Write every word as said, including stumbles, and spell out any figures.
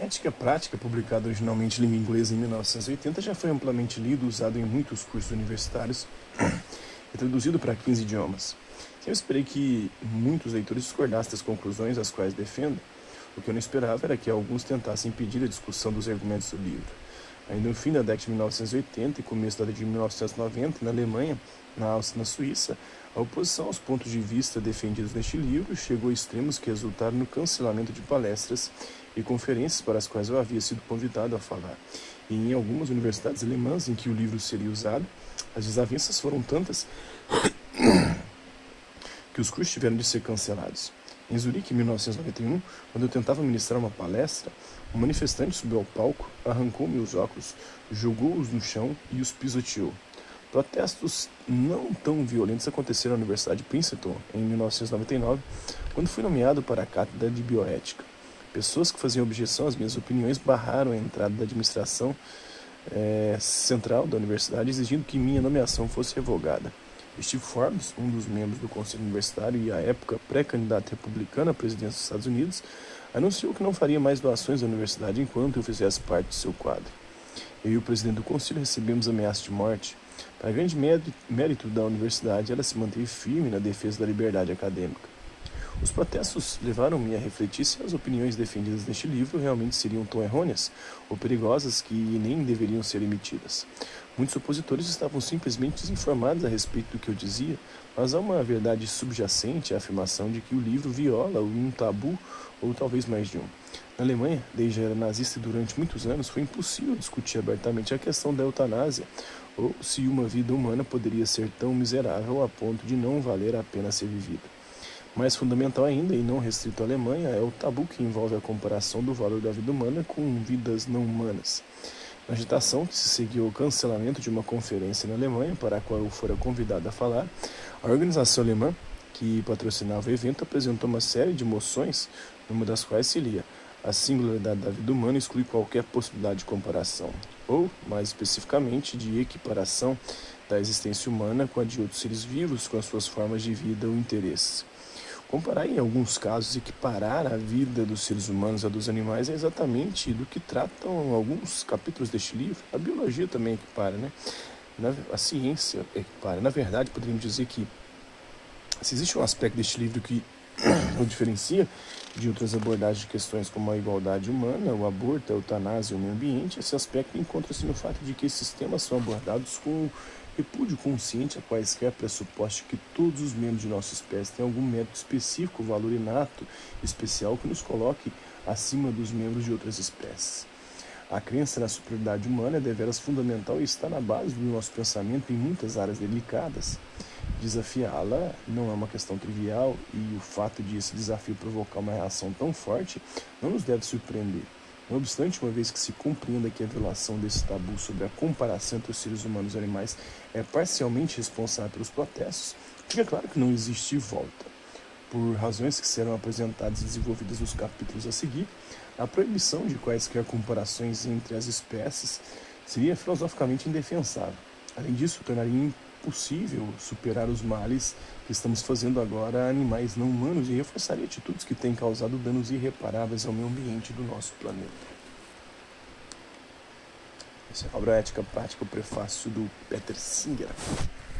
Ética Prática, publicado originalmente em língua inglesa em mil novecentos e oitenta, já foi amplamente lido e usado em muitos cursos universitários e traduzido para quinze idiomas. Eu esperei que muitos leitores discordassem das conclusões às quais defendo. O que eu não esperava era que alguns tentassem impedir a discussão dos argumentos do livro. Ainda no fim da década de mil novecentos e oitenta e começo da década de mil novecentos e noventa, na Alemanha, na Áustria e na Suíça, a oposição aos pontos de vista defendidos neste livro chegou a extremos que resultaram no cancelamento de palestras e conferências para as quais eu havia sido convidado a falar. E em algumas universidades alemãs em que o livro seria usado, as desavenças foram tantas que os cursos tiveram de ser cancelados. Em Zurique, em mil novecentos e noventa e um, quando eu tentava ministrar uma palestra, um manifestante subiu ao palco, arrancou meus óculos, jogou-os no chão e os pisoteou. Protestos não tão violentos aconteceram na Universidade de Princeton em mil novecentos e noventa e nove, quando fui nomeado para a cátedra de bioética. Pessoas que faziam objeção às minhas opiniões barraram a entrada da administração é, central da universidade, exigindo que minha nomeação fosse revogada. Steve Forbes, um dos membros do Conselho Universitário e, à época, pré-candidato republicano à presidência dos Estados Unidos, anunciou que não faria mais doações à universidade enquanto eu fizesse parte do seu quadro. Eu e o presidente do Conselho recebemos ameaças de morte. Para grande mérito da universidade, ela se manteve firme na defesa da liberdade acadêmica. Os protestos levaram-me a refletir se as opiniões defendidas neste livro realmente seriam tão errôneas ou perigosas que nem deveriam ser emitidas. Muitos opositores estavam simplesmente desinformados a respeito do que eu dizia, mas há uma verdade subjacente à afirmação de que o livro viola um tabu ou talvez mais de um. Na Alemanha, desde a era nazista e durante muitos anos, foi impossível discutir abertamente a questão da eutanásia ou se uma vida humana poderia ser tão miserável a ponto de não valer a pena ser vivida. Mais fundamental ainda, e não restrito à Alemanha, é o tabu que envolve a comparação do valor da vida humana com vidas não humanas. Na agitação que se seguiu ao cancelamento de uma conferência na Alemanha, para a qual eu fora convidado a falar, a organização alemã, que patrocinava o evento, apresentou uma série de moções, numa das quais se lia: a singularidade da vida humana exclui qualquer possibilidade de comparação, ou, mais especificamente, de equiparação da existência humana com a de outros seres vivos, com as suas formas de vida ou interesses. Comparar, em alguns casos, equiparar a vida dos seres humanos à dos animais é exatamente do que tratam alguns capítulos deste livro. A biologia também equipara, né? A ciência equipara. Na verdade, poderíamos dizer que se existe um aspecto deste livro que o diferencia de outras abordagens de questões como a igualdade humana, o aborto, a eutanásia e o meio ambiente, esse aspecto encontra-se no fato de que esses temas são abordados com repúdio consciente a quaisquer pressupostos que todos os membros de nossa espécie têm algum mérito específico, valor inato, especial, que nos coloque acima dos membros de outras espécies. A crença na superioridade humana é deveras fundamental e está na base do nosso pensamento em muitas áreas delicadas. Desafiá-la não é uma questão trivial e o fato de esse desafio provocar uma reação tão forte não nos deve surpreender. Não obstante, uma vez que se compreenda que a violação desse tabu sobre a comparação entre os seres humanos e animais é parcialmente responsável pelos protestos, fica claro que não existe volta. Por razões que serão apresentadas e desenvolvidas nos capítulos a seguir, a proibição de quaisquer comparações entre as espécies seria filosoficamente indefensável. Além disso, tornaria impossível superar os males que estamos fazendo agora a animais não humanos e reforçaria atitudes que têm causado danos irreparáveis ao meio ambiente do nosso planeta. Essa é a obra Ética Prática, o prefácio do Peter Singer.